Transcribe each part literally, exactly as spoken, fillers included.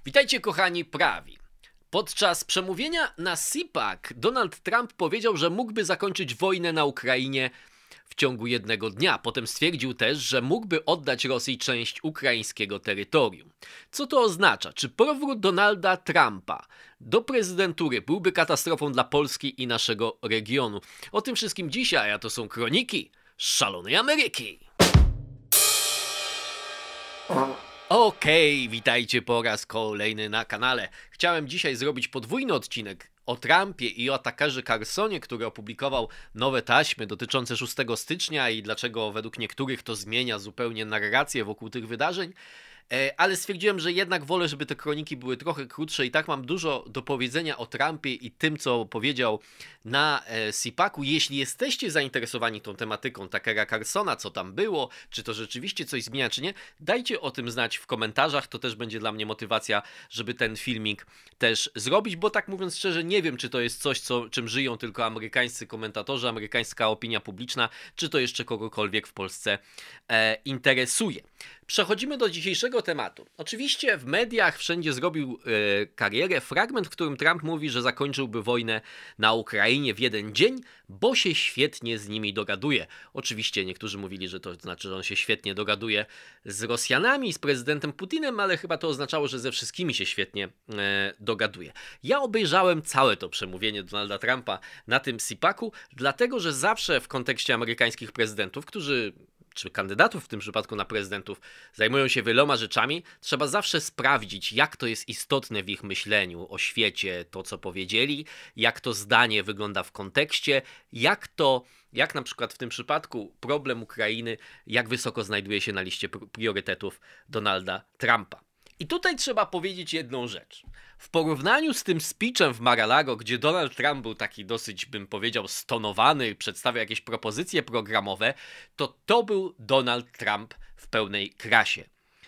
Witajcie kochani prawi. Podczas przemówienia na CPAC Donald Trump powiedział, że mógłby zakończyć wojnę na Ukrainie w ciągu jednego dnia. Potem stwierdził też, że mógłby oddać Rosji część ukraińskiego terytorium. Co to oznacza? Czy powrót Donalda Trumpa do prezydentury byłby katastrofą dla Polski i naszego regionu? O tym wszystkim dzisiaj, a to są kroniki szalonej Ameryki. Okej, okay, witajcie po raz kolejny na kanale. Chciałem dzisiaj zrobić podwójny odcinek o Trumpie i o atakarze Carsonie, który opublikował nowe taśmy dotyczące szóstego stycznia i dlaczego według niektórych to zmienia zupełnie narrację wokół tych wydarzeń. Ale stwierdziłem, że jednak wolę, żeby te kroniki były trochę krótsze i tak mam dużo do powiedzenia o Trumpie i tym, co powiedział na CPAC-u. Jeśli jesteście zainteresowani tą tematyką Tuckera Carlsona, co tam było, czy to rzeczywiście coś zmienia, czy nie, dajcie o tym znać w komentarzach, to też będzie dla mnie motywacja, żeby ten filmik też zrobić, bo tak mówiąc szczerze, nie wiem, czy to jest coś, co, czym żyją tylko amerykańscy komentatorzy, amerykańska opinia publiczna, czy to jeszcze kogokolwiek w Polsce e, interesuje. Przechodzimy do dzisiejszego tematu. Oczywiście w mediach wszędzie zrobił e, karierę fragment, w którym Trump mówi, że zakończyłby wojnę na Ukrainie w jeden dzień, bo się świetnie z nimi dogaduje. Oczywiście niektórzy mówili, że to znaczy, że on się świetnie dogaduje z Rosjanami, z prezydentem Putinem, ale chyba to oznaczało, że ze wszystkimi się świetnie e, dogaduje. Ja obejrzałem całe to przemówienie Donalda Trumpa na tym CPAC-u, dlatego że zawsze w kontekście amerykańskich prezydentów, którzy czy kandydatów w tym przypadku na prezydentów zajmują się wieloma rzeczami, trzeba zawsze sprawdzić, jak to jest istotne w ich myśleniu o świecie, to co powiedzieli, jak to zdanie wygląda w kontekście, jak to, jak na przykład w tym przypadku problem Ukrainy, jak wysoko znajduje się na liście priorytetów Donalda Trumpa. I tutaj trzeba powiedzieć jedną rzecz. W porównaniu z tym speechem w Mar-a-Lago, gdzie Donald Trump był taki dosyć, bym powiedział, stonowany, przedstawiał jakieś propozycje programowe, to to był Donald Trump w pełnej krasie.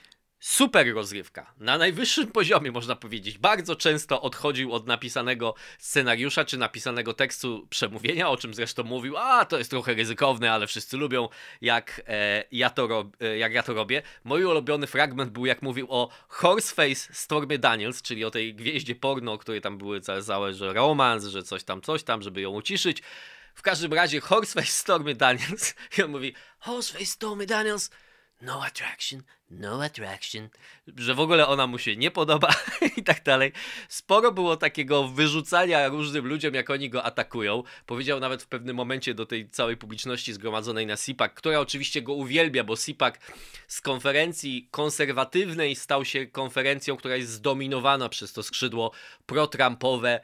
Super rozrywka, na najwyższym poziomie można powiedzieć. Bardzo często odchodził od napisanego scenariusza czy napisanego tekstu przemówienia, o czym zresztą mówił, a to jest trochę ryzykowne, ale wszyscy lubią jak, e, ja, to rob, e, jak ja to robię. Mój ulubiony fragment był, jak mówił o Horseface Stormy Daniels, czyli o tej gwieździe porno, o której tam były całe, całe że romans, że coś tam, coś tam, żeby ją uciszyć. W każdym razie Horseface Stormy Daniels i on mówi Horseface Stormy Daniels, no attraction, no attraction, że w ogóle ona mu się nie podoba i tak dalej. Sporo było takiego wyrzucania różnym ludziom, jak oni go atakują. Powiedział nawet w pewnym momencie do tej całej publiczności zgromadzonej na CPAC, która oczywiście go uwielbia, bo CPAC z konferencji konserwatywnej stał się konferencją, która jest zdominowana przez to skrzydło pro-Trumpowe,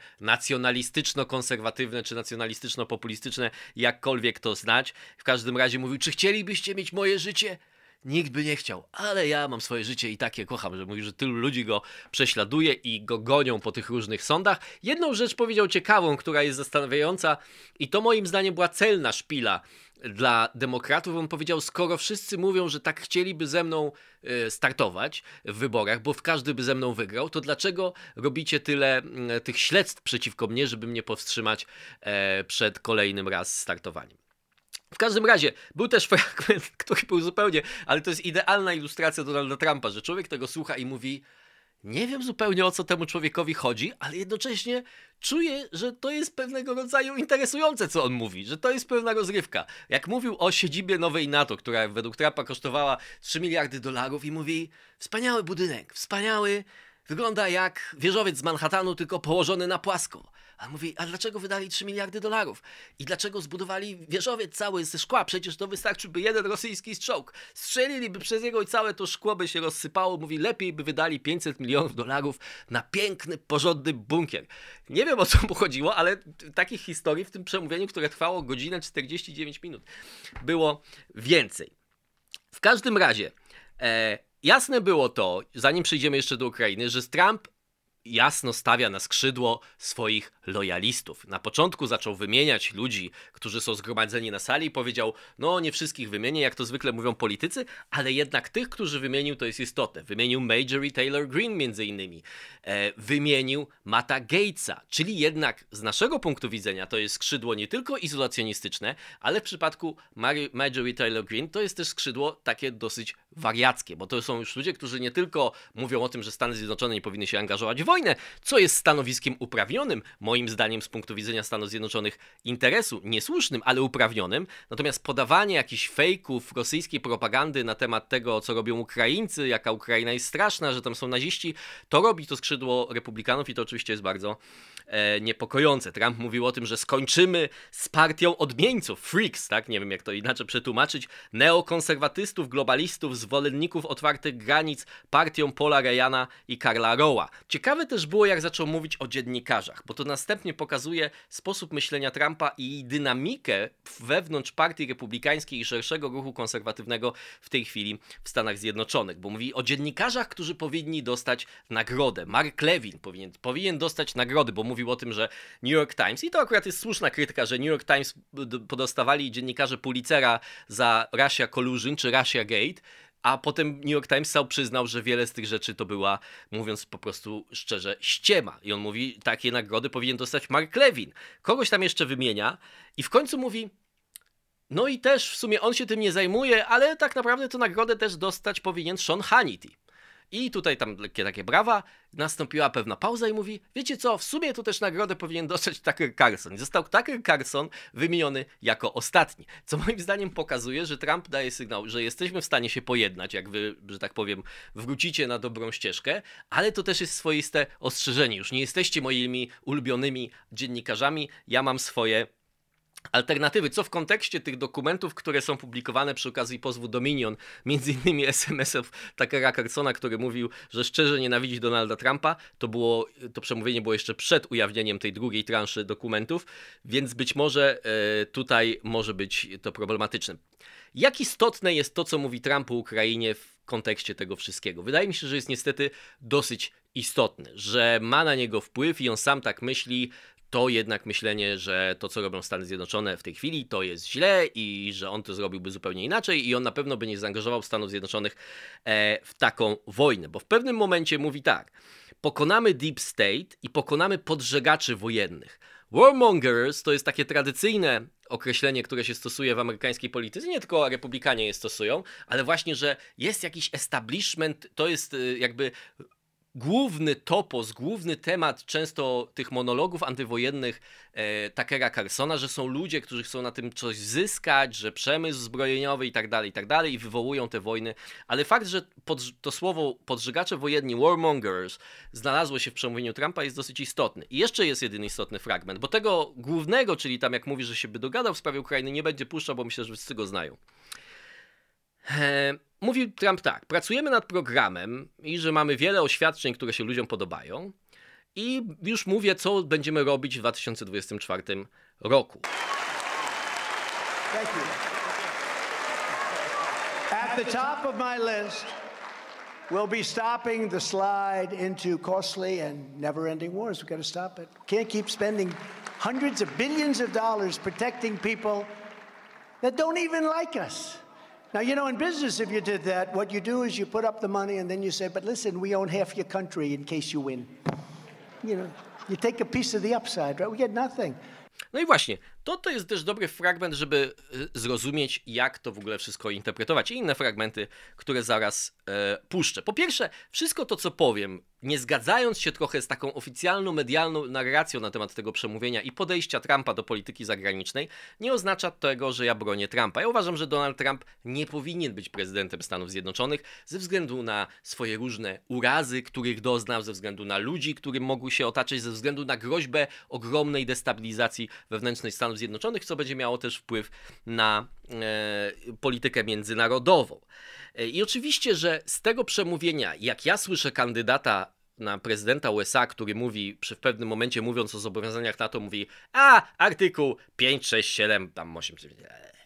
nacjonalistyczno-konserwatywne czy nacjonalistyczno-populistyczne, jakkolwiek to znać. W każdym razie mówił, czy chcielibyście mieć moje życie? Nikt by nie chciał, ale ja mam swoje życie i takie kocham, że mówi, że tylu ludzi go prześladuje i go gonią po tych różnych sądach. Jedną rzecz powiedział ciekawą, która jest zastanawiająca i to moim zdaniem była celna szpila dla demokratów. On powiedział, skoro wszyscy mówią, że tak chcieliby ze mną y, startować w wyborach, bo każdy by ze mną wygrał, to dlaczego robicie tyle y, tych śledztw przeciwko mnie, żeby mnie powstrzymać y, przed kolejnym raz startowaniem? W każdym razie, był też fragment, który był zupełnie, ale to jest idealna ilustracja Donalda Trumpa, że człowiek tego słucha i mówi, nie wiem zupełnie o co temu człowiekowi chodzi, ale jednocześnie czuję, że to jest pewnego rodzaju interesujące, co on mówi, że to jest pewna rozrywka. Jak mówił o siedzibie nowej NATO, która według Trumpa kosztowała trzy miliardy dolarów i mówi, wspaniały budynek, wspaniały, wygląda jak wieżowiec z Manhattanu, tylko położony na płasko. A mówi, a dlaczego wydali trzy miliardy dolarów? I dlaczego zbudowali wieżowiec cały ze szkła? Przecież to wystarczyłby jeden rosyjski strzałk. Strzeliliby przez niego i całe to szkło by się rozsypało. Mówi, lepiej by wydali pięćset milionów dolarów na piękny, porządny bunkier. Nie wiem, o co mu chodziło, ale takich historii w tym przemówieniu, które trwało godzinę czterdzieści dziewięć minut, było więcej. W każdym razie, e, jasne było to, zanim przejdziemy jeszcze do Ukrainy, że Trump jasno stawia na skrzydło swoich lojalistów. Na początku zaczął wymieniać ludzi, którzy są zgromadzeni na sali i powiedział, no nie wszystkich wymienię, jak to zwykle mówią politycy, ale jednak tych, którzy wymienił, to jest istotne. Wymienił Marjorie Taylor Greene między innymi. E, wymienił Matta Gatesa, czyli jednak z naszego punktu widzenia to jest skrzydło nie tylko izolacjonistyczne, ale w przypadku Mar- Marjorie Taylor Greene to jest też skrzydło takie dosyć wariackie, bo to są już ludzie, którzy nie tylko mówią o tym, że Stany Zjednoczone nie powinny się angażować w wojnę, co jest stanowiskiem uprawnionym, moim zdaniem z punktu widzenia Stanów Zjednoczonych interesu, niesłusznym, ale uprawnionym, natomiast podawanie jakichś fejków rosyjskiej propagandy na temat tego, co robią Ukraińcy, jaka Ukraina jest straszna, że tam są naziści, to robi to skrzydło republikanów i to oczywiście jest bardzo e, niepokojące. Trump mówił o tym, że skończymy z partią odmieńców, freaks, tak, nie wiem jak to inaczej przetłumaczyć, neokonserwatystów, globalistów, zwolenników otwartych granic, partią Paula Ryana i Karla Rowa. Ciekawe też było, jak zaczął mówić o dziennikarzach, bo to następnie pokazuje sposób myślenia Trumpa i dynamikę wewnątrz partii republikańskiej i szerszego ruchu konserwatywnego w tej chwili w Stanach Zjednoczonych, bo mówi o dziennikarzach, którzy powinni dostać nagrodę. Mark Levin powinien, powinien dostać nagrody, bo mówił o tym, że New York Times, i to akurat jest słuszna krytyka, że New York Times podostawali dziennikarze Pulitzera za Russia Collusion czy Russia Gate, a potem New York Times sam przyznał, że wiele z tych rzeczy to była, mówiąc po prostu szczerze, ściema. I on mówi, takie nagrody powinien dostać Mark Levin. Kogoś tam jeszcze wymienia i w końcu mówi, no i też w sumie on się tym nie zajmuje, ale tak naprawdę tę nagrodę też dostać powinien Sean Hannity. I tutaj tam lekkie takie brawa, nastąpiła pewna pauza i mówi, wiecie co, w sumie tu też nagrodę powinien dostać Tucker Carlson. I został Tucker Carlson wymieniony jako ostatni, co moim zdaniem pokazuje, że Trump daje sygnał, że jesteśmy w stanie się pojednać, jak wy, że tak powiem, wrócicie na dobrą ścieżkę, ale to też jest swoiste ostrzeżenie. Już nie jesteście moimi ulubionymi dziennikarzami, ja mam swoje alternatywy, co w kontekście tych dokumentów, które są publikowane przy okazji pozwu Dominion, między innymi es em esów Tuckera Carlsona, który mówił, że szczerze nienawidzi Donalda Trumpa, to było, to przemówienie było jeszcze przed ujawnieniem tej drugiej transzy dokumentów, więc być może e, tutaj może być to problematyczne. Jak istotne jest to, co mówi Trump o Ukrainie w kontekście tego wszystkiego? Wydaje mi się, że jest niestety dosyć istotne, że ma na niego wpływ i on sam tak myśli. To jednak myślenie, że to, co robią Stany Zjednoczone w tej chwili, to jest źle i że on to zrobiłby zupełnie inaczej i on na pewno by nie zaangażował Stanów Zjednoczonych w taką wojnę, bo w pewnym momencie mówi tak, pokonamy Deep State i pokonamy podżegaczy wojennych. Warmongers to jest takie tradycyjne określenie, które się stosuje w amerykańskiej polityce, nie tylko republikanie je stosują, ale właśnie, że jest jakiś establishment, to jest jakby główny topos, główny temat często tych monologów antywojennych e, Tuckera Carlsona, że są ludzie, którzy chcą na tym coś zyskać, że przemysł zbrojeniowy i tak dalej, i tak dalej i wywołują te wojny, ale fakt, że pod, to słowo podżegacze wojenni, warmongers, znalazło się w przemówieniu Trumpa jest dosyć istotny. I jeszcze jest jeden istotny fragment, bo tego głównego, czyli tam jak mówi, że się by dogadał w sprawie Ukrainy, nie będzie puszczał, bo myślę, że wszyscy go znają. Eee, Mówił Trump tak, pracujemy nad programem i że mamy wiele oświadczeń, które się ludziom podobają i już mówię, co będziemy robić w dwa tysiące dwudziestym czwartym roku. Thank you. At the top of my list will be stopping the slide into costly and never-ending wars. We've got to stop it. Can't keep spending hundreds of billions of dollars protecting people that don't even like us. Now, you know, in business, if you did that, what you do is you put up the money and then you say, but listen, we own half your country in case you win. You know, you take a piece of the upside, right? We get nothing. No i właśnie, to, to jest też dobry fragment, żeby zrozumieć, jak to w ogóle wszystko interpretować i inne fragmenty, które zaraz e, puszczę. Po pierwsze, wszystko to, co powiem, nie zgadzając się trochę z taką oficjalną, medialną narracją na temat tego przemówienia i podejścia Trumpa do polityki zagranicznej, nie oznacza tego, że ja bronię Trumpa. Ja uważam, że Donald Trump nie powinien być prezydentem Stanów Zjednoczonych ze względu na swoje różne urazy, których doznał, ze względu na ludzi, którym mogły się otaczać, ze względu na groźbę ogromnej destabilizacji wewnętrznej Stanów Zjednoczonych, co będzie miało też wpływ na e, politykę międzynarodową. E, I oczywiście, że z tego przemówienia, jak ja słyszę kandydata na prezydenta U S A, który mówi, przy w pewnym momencie mówiąc o zobowiązaniach NATO, mówi, a artykuł pięć, sześć, siedem, tam osiem,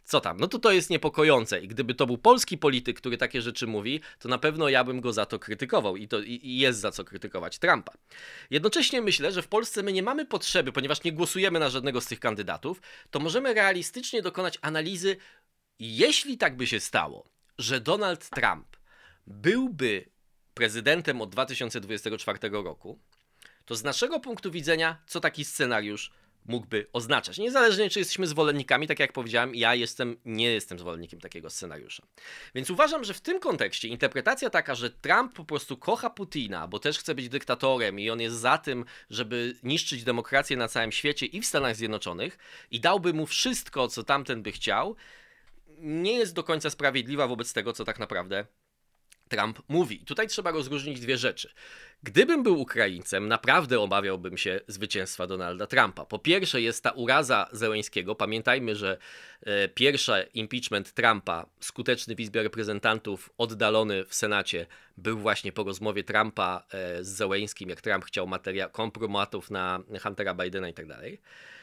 co tam? No to to jest niepokojące i gdyby to był polski polityk, który takie rzeczy mówi, to na pewno ja bym go za to krytykował i to i, i jest za co krytykować Trumpa. Jednocześnie myślę, że w Polsce my nie mamy potrzeby, ponieważ nie głosujemy na żadnego z tych kandydatów, to możemy realistycznie dokonać analizy, jeśli tak by się stało, że Donald Trump byłby prezydentem od dwa tysiące dwudziestego czwartego roku, to z naszego punktu widzenia, co taki scenariusz mógłby oznaczać. Niezależnie, czy jesteśmy zwolennikami, tak jak powiedziałem, ja jestem, nie jestem zwolennikiem takiego scenariusza. Więc uważam, że w tym kontekście interpretacja taka, że Trump po prostu kocha Putina, bo też chce być dyktatorem i on jest za tym, żeby niszczyć demokrację na całym świecie i w Stanach Zjednoczonych i dałby mu wszystko, co tamten by chciał, nie jest do końca sprawiedliwa wobec tego, co tak naprawdę Trump mówi. Tutaj trzeba rozróżnić dwie rzeczy. Gdybym był Ukraińcem, naprawdę obawiałbym się zwycięstwa Donalda Trumpa. Po pierwsze jest ta uraza Zełenskiego. Pamiętajmy, że e, pierwszy impeachment Trumpa, skuteczny w Izbie Reprezentantów, oddalony w Senacie, był właśnie po rozmowie Trumpa e, z Zełenskim, jak Trump chciał materia- kompromatów na Huntera Bidena i tak dalej.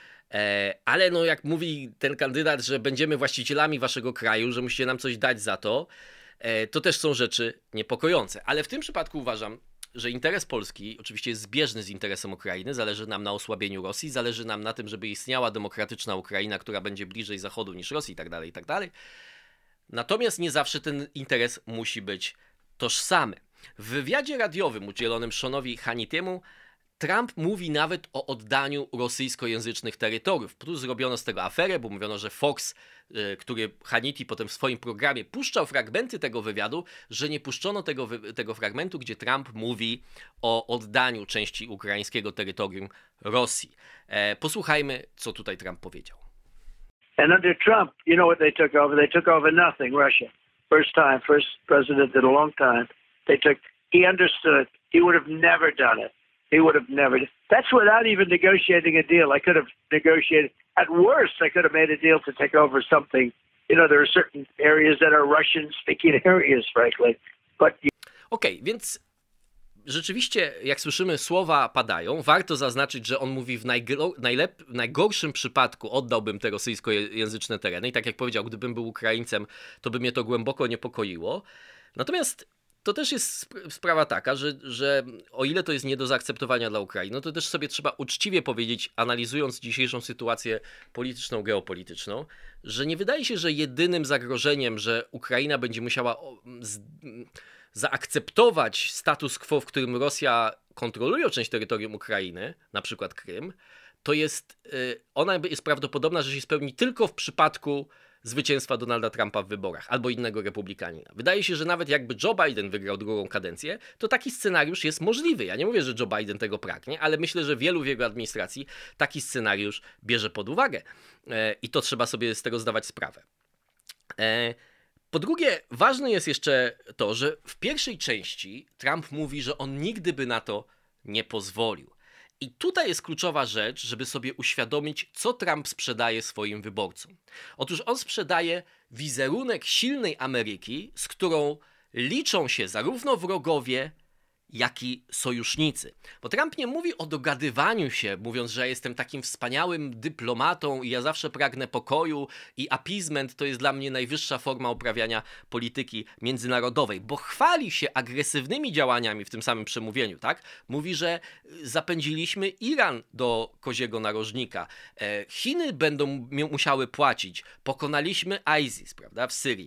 E, ale no jak mówi ten kandydat, że będziemy właścicielami waszego kraju, że musicie nam coś dać za to, to też są rzeczy niepokojące. Ale w tym przypadku uważam, że interes Polski oczywiście jest zbieżny z interesem Ukrainy. Zależy nam na osłabieniu Rosji, zależy nam na tym, żeby istniała demokratyczna Ukraina, która będzie bliżej Zachodu niż Rosji i tak dalej, i tak dalej. Natomiast nie zawsze ten interes musi być tożsamy. W wywiadzie radiowym udzielonym Seanowi Hannitiemu Trump mówi nawet o oddaniu rosyjskojęzycznych terytoriów. Plus zrobiono z tego aferę, bo mówiono, że Fox, który Hannity potem w swoim programie puszczał fragmenty tego wywiadu, że nie puszczono tego, tego fragmentu, gdzie Trump mówi o oddaniu części ukraińskiego terytorium Rosji. E, posłuchajmy, co tutaj Trump powiedział. And under Trump, you know what they took over? They took over nothing, Russia. First time, first president in a long time. They took, he understood, he would have never done it. He would have never. That's without even negotiating a deal. I could have negotiated. At worst, I could have made a deal to take over something. You know, there are certain areas that are Russian-speaking areas, frankly. But you... Okej, okay, więc rzeczywiście, jak słyszymy, słowa padają. Warto zaznaczyć, że on mówi w, najgro, najlep, w najgorszym przypadku oddałbym te rosyjskojęzyczne tereny. I tak jak powiedział, gdybym był Ukraińcem, to by mnie to głęboko niepokoiło. Natomiast to też jest sprawa taka, że, że o ile to jest nie do zaakceptowania dla Ukrainy, no to też sobie trzeba uczciwie powiedzieć, analizując dzisiejszą sytuację polityczną, geopolityczną, że nie wydaje się, że jedynym zagrożeniem, że Ukraina będzie musiała z, zaakceptować status quo, w którym Rosja kontroluje część terytorium Ukrainy, na przykład Krym, to jest, ona jest prawdopodobna, że się spełni tylko w przypadku zwycięstwa Donalda Trumpa w wyborach albo innego republikanina. Wydaje się, że nawet jakby Joe Biden wygrał drugą kadencję, to taki scenariusz jest możliwy. Ja nie mówię, że Joe Biden tego pragnie, ale myślę, że wielu w jego administracji taki scenariusz bierze pod uwagę e, i to trzeba sobie z tego zdawać sprawę. E, po drugie, ważne jest jeszcze to, że w pierwszej części Trump mówi, że on nigdy by na to nie pozwolił. I tutaj jest kluczowa rzecz, żeby sobie uświadomić, co Trump sprzedaje swoim wyborcom. Otóż on sprzedaje wizerunek silnej Ameryki, z którą liczą się zarówno wrogowie, jak i sojusznicy. Bo Trump nie mówi o dogadywaniu się, mówiąc, że ja jestem takim wspaniałym dyplomatą i ja zawsze pragnę pokoju i appeasement to jest dla mnie najwyższa forma uprawiania polityki międzynarodowej, bo chwali się agresywnymi działaniami w tym samym przemówieniu, tak? Mówi, że zapędziliśmy Iran do koziego narożnika, Chiny będą musiały płacić, pokonaliśmy ISIS, prawda, w Syrii.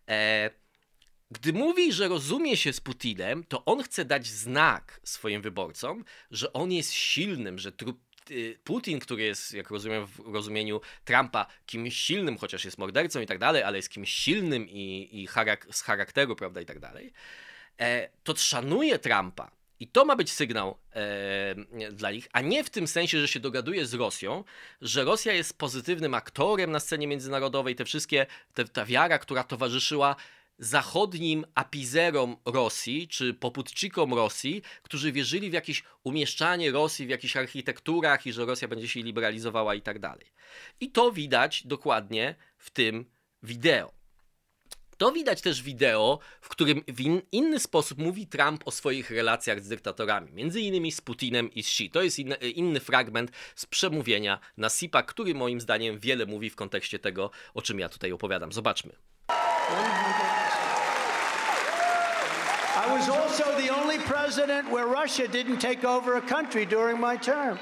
Gdy mówi, że rozumie się z Putinem, to on chce dać znak swoim wyborcom, że on jest silnym, że Putin, który jest, jak rozumiem w rozumieniu Trumpa, kimś silnym, chociaż jest mordercą i tak dalej, ale jest kimś silnym i, i charak- z charakteru, prawda, i tak dalej, to szanuje Trumpa. I to ma być sygnał e, dla nich, a nie w tym sensie, że się dogaduje z Rosją, że Rosja jest pozytywnym aktorem na scenie międzynarodowej, te wszystkie, te, ta wiara, która towarzyszyła zachodnim apizerom Rosji, czy poputczykom Rosji, którzy wierzyli w jakieś umieszczanie Rosji w jakichś architekturach i że Rosja będzie się liberalizowała i tak dalej. I to widać dokładnie w tym wideo. To widać też wideo, w którym w in, inny sposób mówi Trump o swoich relacjach z dyktatorami, między innymi z Putinem i z Xi. To jest inny, inny fragment z przemówienia na S I P a, który moim zdaniem wiele mówi w kontekście tego, o czym ja tutaj opowiadam. Zobaczmy. I was also the only president where Russia didn't take over a country during my term.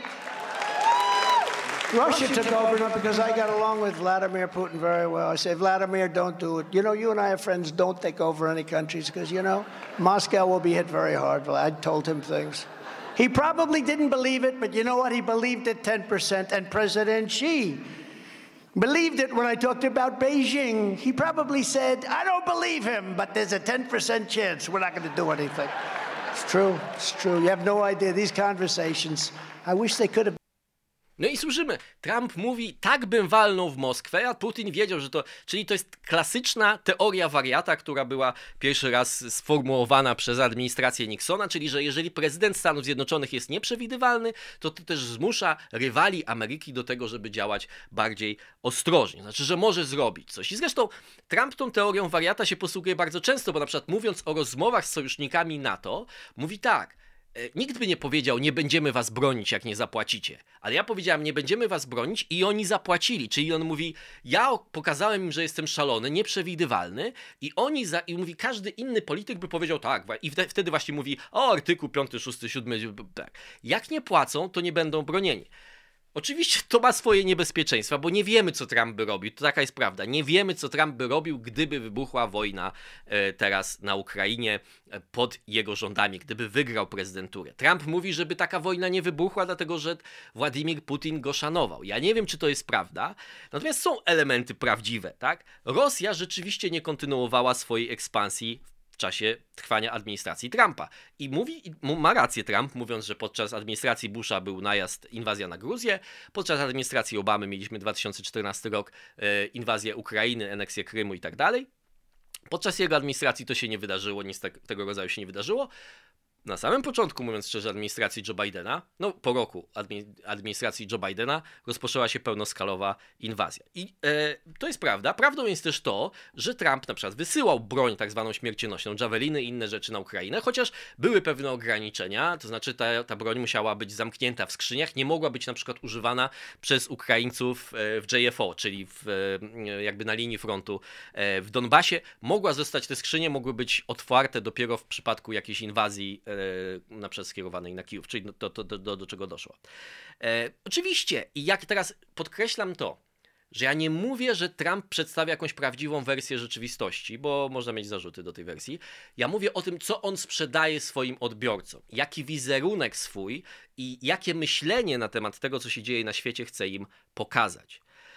Russia took over not because I got along with Vladimir Putin very well. I say, Vladimir, don't do it. You know, you and I are friends. Don't take over any countries because, you know, Moscow will be hit very hard. I told him things. He probably didn't believe it, but you know what? He believed it ten percent. And President Xi believed it when I talked about Beijing. He probably said, I don't believe him, but there's a ten percent chance we're not going to do anything. It's true. It's true. You have no idea. These conversations, I wish they could have. No i słyszymy, Trump mówi, tak bym walnął w Moskwę, a Putin wiedział, że to, czyli to jest klasyczna teoria wariata, która była pierwszy raz sformułowana przez administrację Nixona, czyli że jeżeli prezydent Stanów Zjednoczonych jest nieprzewidywalny, to to też zmusza rywali Ameryki do tego, żeby działać bardziej ostrożnie, znaczy, że może zrobić coś. I zresztą Trump tą teorią wariata się posługuje bardzo często, bo na przykład mówiąc o rozmowach z sojusznikami NATO, mówi tak, nikt by nie powiedział, nie będziemy was bronić, jak nie zapłacicie. Ale ja powiedziałem, nie będziemy was bronić i oni zapłacili. Czyli on mówi, ja pokazałem im, że jestem szalony, nieprzewidywalny i oni, za, i mówi, każdy inny polityk by powiedział tak. I wtedy właśnie mówi, o artykuł piąty, szósty, siódmy, tak. Jak nie płacą, to nie będą bronieni. Oczywiście to ma swoje niebezpieczeństwa, bo nie wiemy, co Trump by robił. To taka jest prawda. Nie wiemy, co Trump by robił, gdyby wybuchła wojna e, teraz na Ukrainie e, pod jego rządami, gdyby wygrał prezydenturę. Trump mówi, żeby taka wojna nie wybuchła, dlatego że Władimir Putin go szanował. Ja nie wiem, czy to jest prawda, natomiast są elementy prawdziwe, tak? Rosja rzeczywiście nie kontynuowała swojej ekspansji w czasie trwania administracji Trumpa. I mówi, ma rację Trump, mówiąc, że podczas administracji Busha był najazd, inwazja na Gruzję, podczas administracji Obamy mieliśmy dwa tysiące czternasty rok, e, inwazję Ukrainy, aneksję Krymu i tak dalej. Podczas jego administracji to się nie wydarzyło, nic tak, tego rodzaju się nie wydarzyło. Na samym początku, mówiąc szczerze, administracji Joe Bidena, no po roku administracji Joe Bidena rozpoczęła się pełnoskalowa inwazja. I e, to jest prawda. Prawdą jest też to, że Trump na przykład wysyłał broń tak zwaną śmiercionośną, javeliny i inne rzeczy na Ukrainę, chociaż były pewne ograniczenia, to znaczy ta, ta broń musiała być zamknięta w skrzyniach, nie mogła być na przykład używana przez Ukraińców w J F O, czyli w, jakby na linii frontu w Donbasie. Mogła zostać, te skrzynie mogły być otwarte dopiero w przypadku jakiejś inwazji na przykład skierowanej na Kijów, czyli to, to, do, do, do czego doszło. E, oczywiście, i jak teraz podkreślam to, że ja nie mówię, że Trump przedstawia jakąś prawdziwą wersję rzeczywistości, bo można mieć zarzuty do tej wersji. Ja mówię o tym, co on sprzedaje swoim odbiorcom, jaki wizerunek swój i jakie myślenie na temat tego, co się dzieje na świecie, chce im pokazać.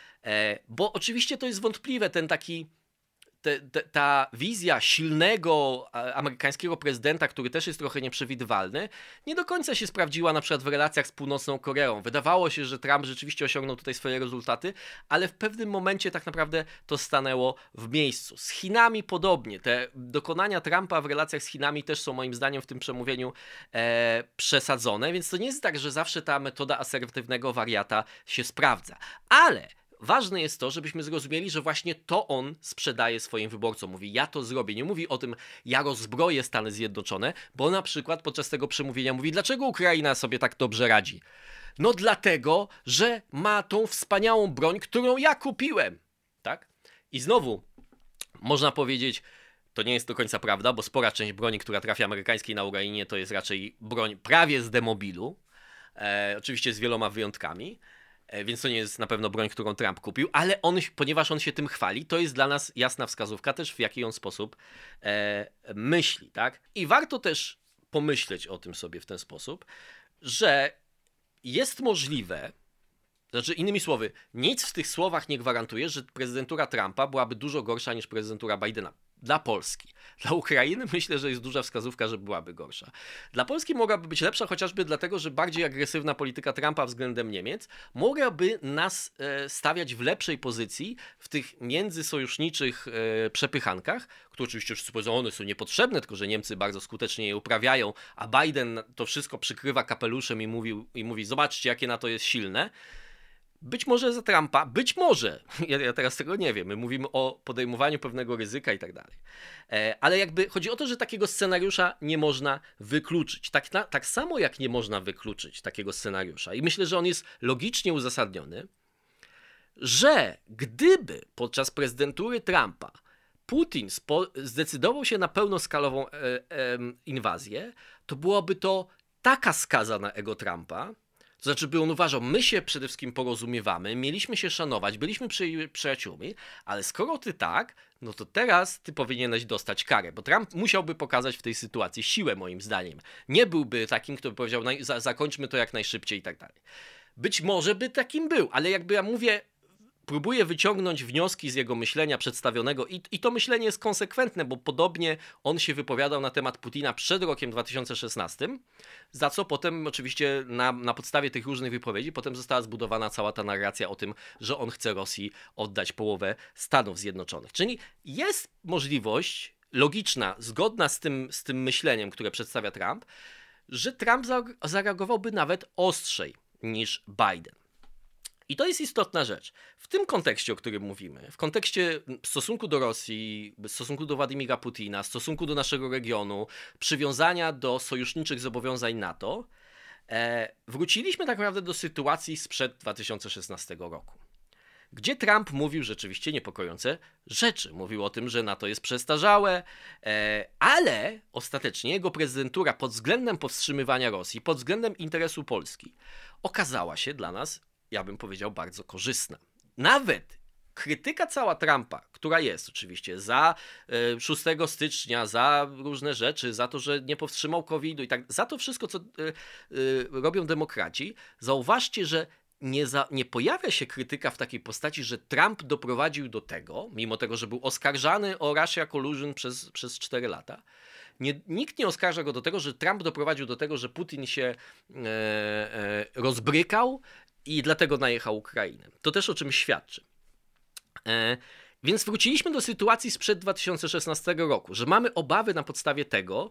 E, bo oczywiście to jest wątpliwe, ten taki Te, te, ta wizja silnego amerykańskiego prezydenta, który też jest trochę nieprzewidywalny, nie do końca się sprawdziła na przykład w relacjach z Północną Koreą. Wydawało się, że Trump rzeczywiście osiągnął tutaj swoje rezultaty, ale w pewnym momencie tak naprawdę to stanęło w miejscu. Z Chinami podobnie. Te dokonania Trumpa w relacjach z Chinami też są moim zdaniem w tym przemówieniu e, przesadzone, więc to nie jest tak, że zawsze ta metoda asertywnego wariata się sprawdza. Ale ważne jest to, żebyśmy zrozumieli, że właśnie to on sprzedaje swoim wyborcom. Mówi, ja to zrobię. Nie mówi o tym, ja rozbroję Stany Zjednoczone, bo na przykład podczas tego przemówienia mówi, dlaczego Ukraina sobie tak dobrze radzi? No dlatego, że ma tą wspaniałą broń, którą ja kupiłem. Tak? I znowu można powiedzieć, to nie jest do końca prawda, bo spora część broni, która trafia amerykańskiej na Ukrainie, to jest raczej broń prawie z demobilu. E, oczywiście z wieloma wyjątkami. Więc to nie jest na pewno broń, którą Trump kupił, ale on, ponieważ on się tym chwali, to jest dla nas jasna wskazówka też, w jaki on sposób e, myśli, tak? I warto też pomyśleć o tym sobie w ten sposób, że jest możliwe, znaczy innymi słowy, nic w tych słowach nie gwarantuje, że prezydentura Trumpa byłaby dużo gorsza niż prezydentura Bidena. Dla Polski. Dla Ukrainy myślę, że jest duża wskazówka, że byłaby gorsza. Dla Polski mogłaby być lepsza chociażby dlatego, że bardziej agresywna polityka Trumpa względem Niemiec mogłaby nas e, stawiać w lepszej pozycji w tych międzysojuszniczych e, przepychankach, które oczywiście wszyscy powiedzą, one są niepotrzebne, tylko że Niemcy bardzo skutecznie je uprawiają, a Biden to wszystko przykrywa kapeluszem i mówi, i mówi zobaczcie, jakie NATO jest silne. Być może za Trumpa, być może, ja, ja teraz tego nie wiem, my mówimy o podejmowaniu pewnego ryzyka i tak dalej. E, ale jakby chodzi o to, że takiego scenariusza nie można wykluczyć. Tak, na, tak samo jak nie można wykluczyć takiego scenariusza i myślę, że on jest logicznie uzasadniony, że gdyby podczas prezydentury Trumpa Putin spo, zdecydował się na pełnoskalową e, e, inwazję, to byłoby to taka skaza na ego Trumpa. To znaczy, by on uważał, my się przede wszystkim porozumiewamy, mieliśmy się szanować, byliśmy przy, przyjaciółmi, ale skoro ty tak, no to teraz ty powinieneś dostać karę, bo Trump musiałby pokazać w tej sytuacji siłę, moim zdaniem. Nie byłby takim, kto by powiedział, naj, za, zakończmy to jak najszybciej i tak dalej. Być może by takim był, ale jakby ja mówię, próbuję wyciągnąć wnioski z jego myślenia przedstawionego i, i to myślenie jest konsekwentne, bo podobnie on się wypowiadał na temat Putina przed rokiem dwa tysiące szesnastym, za co potem oczywiście na, na podstawie tych różnych wypowiedzi potem została zbudowana cała ta narracja o tym, że on chce Rosji oddać połowę Stanów Zjednoczonych. Czyli jest możliwość logiczna, zgodna z tym, z tym myśleniem, które przedstawia Trump, że Trump zareagowałby nawet ostrzej niż Biden. I to jest istotna rzecz. W tym kontekście, o którym mówimy, w kontekście stosunku do Rosji, stosunku do Władimira Putina, stosunku do naszego regionu, przywiązania do sojuszniczych zobowiązań NATO, e, wróciliśmy tak naprawdę do sytuacji sprzed dwa tysiące szesnastego roku, gdzie Trump mówił rzeczywiście niepokojące rzeczy. Mówił o tym, że NATO jest przestarzałe, e, ale ostatecznie jego prezydentura pod względem powstrzymywania Rosji, pod względem interesu Polski okazała się dla nas, ja bym powiedział, bardzo korzystna. Nawet krytyka cała Trumpa, która jest oczywiście za szóstego stycznia, za różne rzeczy, za to, że nie powstrzymał kowida i tak, za to wszystko, co robią demokraci, zauważcie, że nie, za, nie pojawia się krytyka w takiej postaci, że Trump doprowadził do tego, mimo tego, że był oskarżany o Russia collusion przez, przez cztery lata, Nie, nikt nie oskarża go do tego, że Trump doprowadził do tego, że Putin się e, e, rozbrykał i dlatego najechał Ukrainę. To też o czym świadczy. E, więc wróciliśmy do sytuacji sprzed dwa tysiące szesnastego roku, że mamy obawy na podstawie tego,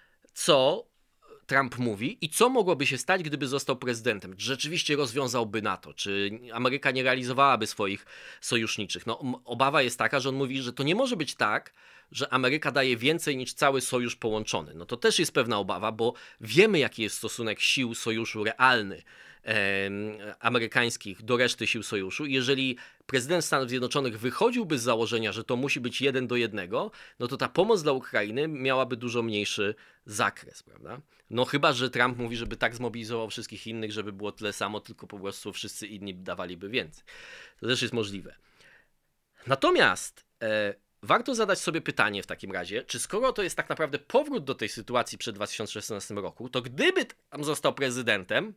co Trump mówi i co mogłoby się stać, gdyby został prezydentem. Czy rzeczywiście rozwiązałby NATO, czy Ameryka nie realizowałaby swoich sojuszniczych. No, obawa jest taka, że on mówi, że to nie może być tak, że Ameryka daje więcej niż cały sojusz połączony. No to też jest pewna obawa, bo wiemy, jaki jest stosunek sił sojuszu realny e, amerykańskich do reszty sił sojuszu. Jeżeli prezydent Stanów Zjednoczonych wychodziłby z założenia, że to musi być jeden do jednego, no to ta pomoc dla Ukrainy miałaby dużo mniejszy zakres, prawda? No chyba, że Trump mówi, żeby tak zmobilizował wszystkich innych, żeby było tyle samo, tylko po prostu wszyscy inni dawaliby więcej. To też jest możliwe. Natomiast e, warto zadać sobie pytanie w takim razie, czy skoro to jest tak naprawdę powrót do tej sytuacji przed dwa tysiące szesnastym roku, to gdyby tam został prezydentem,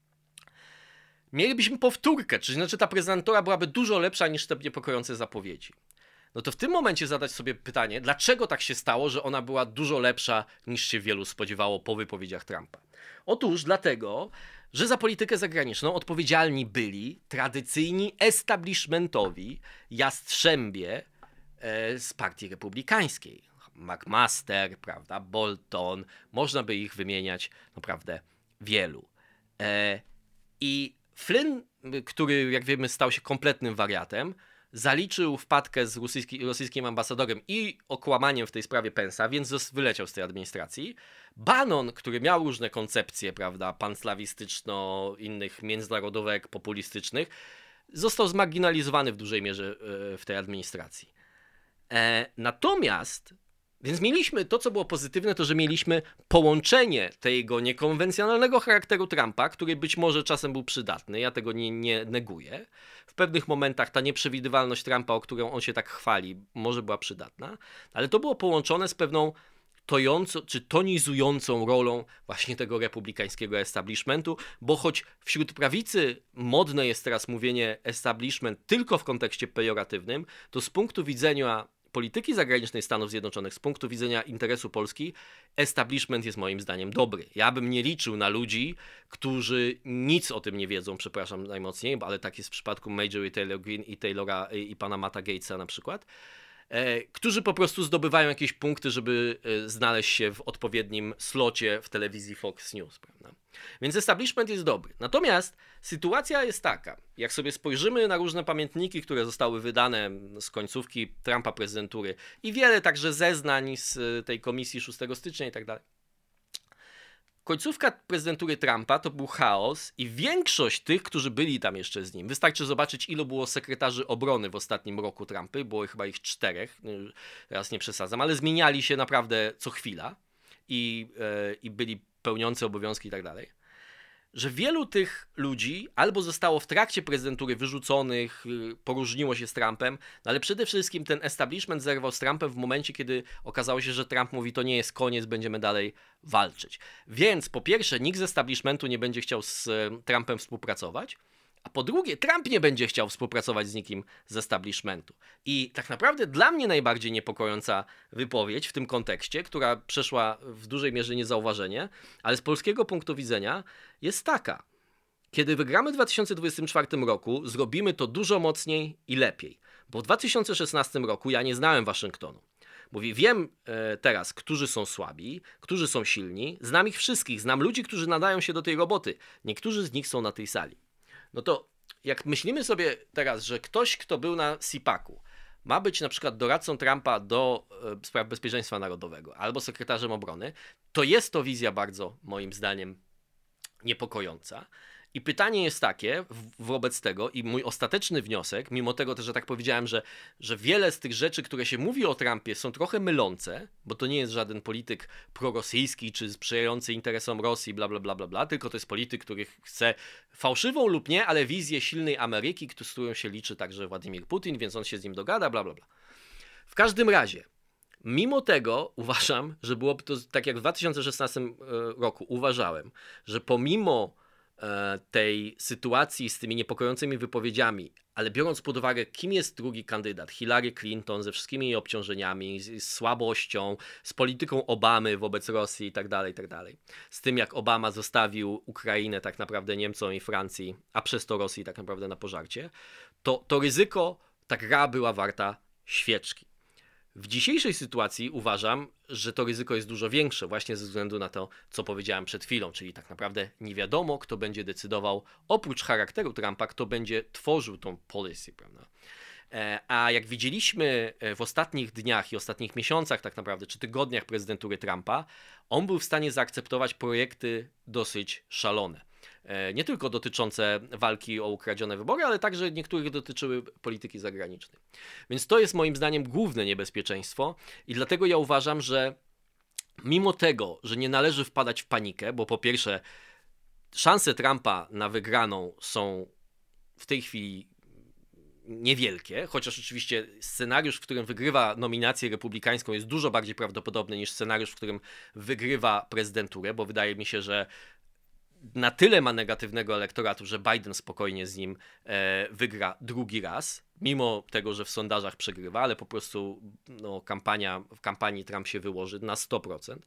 mielibyśmy powtórkę, czyli znaczy ta prezydentura byłaby dużo lepsza niż te niepokojące zapowiedzi. No to w tym momencie zadać sobie pytanie, dlaczego tak się stało, że ona była dużo lepsza niż się wielu spodziewało po wypowiedziach Trumpa. Otóż dlatego, że za politykę zagraniczną odpowiedzialni byli tradycyjni establishmentowi jastrzębie e, z partii republikańskiej. McMaster, prawda, Bolton, można by ich wymieniać naprawdę wielu. E, I Flynn, który jak wiemy stał się kompletnym wariatem, zaliczył wpadkę z rosyjski, rosyjskim ambasadorem i okłamaniem w tej sprawie Pence'a, więc wyleciał z tej administracji. Bannon, który miał różne koncepcje, prawda, panslawistyczno, innych międzynarodówek populistycznych, został zmarginalizowany w dużej mierze w tej administracji. E, natomiast, więc mieliśmy to, co było pozytywne, to że mieliśmy połączenie tego niekonwencjonalnego charakteru Trumpa, który być może czasem był przydatny, ja tego nie, nie neguję. W pewnych momentach ta nieprzewidywalność Trumpa, o którą on się tak chwali, może była przydatna, ale to było połączone z pewną tojącą czy tonizującą rolą właśnie tego republikańskiego establishmentu, bo choć wśród prawicy modne jest teraz mówienie establishment tylko w kontekście pejoratywnym, to z punktu widzenia polityki zagranicznej Stanów Zjednoczonych, z punktu widzenia interesu Polski, establishment jest moim zdaniem dobry. Ja bym nie liczył na ludzi, którzy nic o tym nie wiedzą, przepraszam najmocniej, ale tak jest w przypadku Marjorie Taylor Greene i Taylora i pana Matta Gatesa na przykład. e, którzy po prostu zdobywają jakieś punkty, żeby e, znaleźć się w odpowiednim slocie w telewizji Fox News, prawda? Więc establishment jest dobry. Natomiast sytuacja jest taka, jak sobie spojrzymy na różne pamiętniki, które zostały wydane z końcówki Trumpa prezydentury i wiele także zeznań z tej komisji szóstego stycznia i tak dalej. Końcówka prezydentury Trumpa to był chaos i większość tych, którzy byli tam jeszcze z nim, wystarczy zobaczyć, ilu było sekretarzy obrony w ostatnim roku Trumpy, było chyba ich czterech, teraz nie przesadzam, ale zmieniali się naprawdę co chwila i, yy, i byli pełniący obowiązki i tak dalej, że wielu tych ludzi albo zostało w trakcie prezydentury wyrzuconych, poróżniło się z Trumpem, no ale przede wszystkim ten establishment zerwał z Trumpem w momencie, kiedy okazało się, że Trump mówi, to nie jest koniec, będziemy dalej walczyć. Więc po pierwsze, nikt z establishmentu nie będzie chciał z Trumpem współpracować, a po drugie, Trump nie będzie chciał współpracować z nikim z establishmentu. I tak naprawdę dla mnie najbardziej niepokojąca wypowiedź w tym kontekście, która przeszła w dużej mierze niezauważenie, ale z polskiego punktu widzenia jest taka. Kiedy wygramy w dwa tysiące dwudziestym czwartym roku, zrobimy to dużo mocniej i lepiej. Bo w dwa tysiące szesnastym roku ja nie znałem Waszyngtonu. Mówi, wiem e, teraz, którzy są słabi, którzy są silni, znam ich wszystkich, znam ludzi, którzy nadają się do tej roboty. Niektórzy z nich są na tej sali. No to jak myślimy sobie teraz, że ktoś, kto był na sipaku, ma być na przykład doradcą Trumpa do e, spraw bezpieczeństwa narodowego albo sekretarzem obrony, to jest to wizja bardzo, moim zdaniem, niepokojąca. I pytanie jest takie w, wobec tego i mój ostateczny wniosek, mimo tego też, że tak powiedziałem, że, że wiele z tych rzeczy, które się mówi o Trumpie, są trochę mylące, bo to nie jest żaden polityk prorosyjski czy sprzyjający interesom Rosji, bla, bla, bla, bla, bla, tylko to jest polityk, który chce fałszywą lub nie, ale wizję silnej Ameryki, z którą się liczy także Władimir Putin, więc on się z nim dogada, bla, bla, bla. W każdym razie, mimo tego uważam, że byłoby to, tak jak w dwa tysiące szesnastym roku uważałem, że pomimo tej sytuacji z tymi niepokojącymi wypowiedziami, ale biorąc pod uwagę, kim jest drugi kandydat, Hillary Clinton ze wszystkimi jej obciążeniami, z, z słabością, z polityką Obamy wobec Rosji i tak dalej, i tak dalej. Z tym, jak Obama zostawił Ukrainę tak naprawdę Niemcom i Francji, a przez to Rosji tak naprawdę na pożarcie, to, to ryzyko, ta gra była warta świeczki. W dzisiejszej sytuacji uważam, że to ryzyko jest dużo większe właśnie ze względu na to, co powiedziałem przed chwilą, czyli tak naprawdę nie wiadomo, kto będzie decydował, oprócz charakteru Trumpa, kto będzie tworzył tą policy, prawda? A jak widzieliśmy w ostatnich dniach i ostatnich miesiącach tak naprawdę, czy tygodniach prezydentury Trumpa, on był w stanie zaakceptować projekty dosyć szalone. Nie tylko dotyczące walki o ukradzione wybory, ale także niektórych dotyczyły polityki zagranicznej. Więc to jest moim zdaniem główne niebezpieczeństwo i dlatego ja uważam, że mimo tego, że nie należy wpadać w panikę, bo po pierwsze szanse Trumpa na wygraną są w tej chwili niewielkie, chociaż oczywiście scenariusz, w którym wygrywa nominację republikańską jest dużo bardziej prawdopodobny niż scenariusz, w którym wygrywa prezydenturę, bo wydaje mi się, że na tyle ma negatywnego elektoratu, że Biden spokojnie z nim e, wygra drugi raz, mimo tego, że w sondażach przegrywa, ale po prostu no, kampania, w kampanii Trump się wyłoży na sto procent,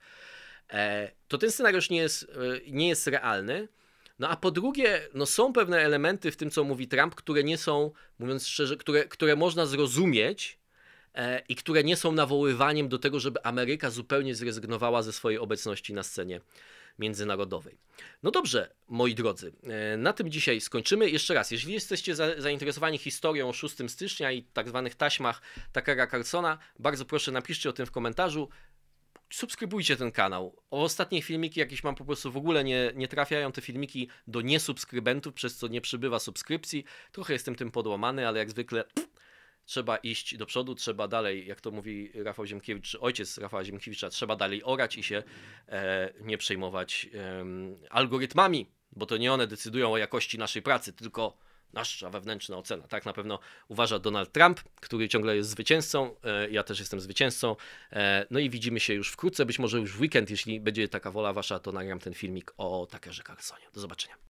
e, to ten scenariusz nie jest, e, nie jest realny. No a po drugie, no są pewne elementy w tym, co mówi Trump, które nie są, mówiąc szczerze, które, które można zrozumieć e, i które nie są nawoływaniem do tego, żeby Ameryka zupełnie zrezygnowała ze swojej obecności na scenie międzynarodowej. No dobrze, moi drodzy, na tym dzisiaj skończymy. Jeszcze raz, jeżeli jesteście za, zainteresowani historią szóstego stycznia i tak zwanych taśmach Tuckera Carlsona, bardzo proszę napiszcie o tym w komentarzu. Subskrybujcie ten kanał. O ostatnie filmiki jakieś mam po prostu w ogóle nie, nie trafiają te filmiki do niesubskrybentów, przez co nie przybywa subskrypcji. Trochę jestem tym podłamany, ale jak zwykle trzeba iść do przodu, trzeba dalej, jak to mówi Rafał Ziemkiewicz, ojciec Rafała Ziemkiewicza, trzeba dalej orać i się e, nie przejmować e, algorytmami, bo to nie one decydują o jakości naszej pracy, tylko nasza wewnętrzna ocena. Tak na pewno uważa Donald Trump, który ciągle jest zwycięzcą, e, ja też jestem zwycięzcą. E, no i widzimy się już wkrótce, być może już w weekend, jeśli będzie taka wola wasza, to nagram ten filmik o Tuckerze Carlsonie. Do zobaczenia.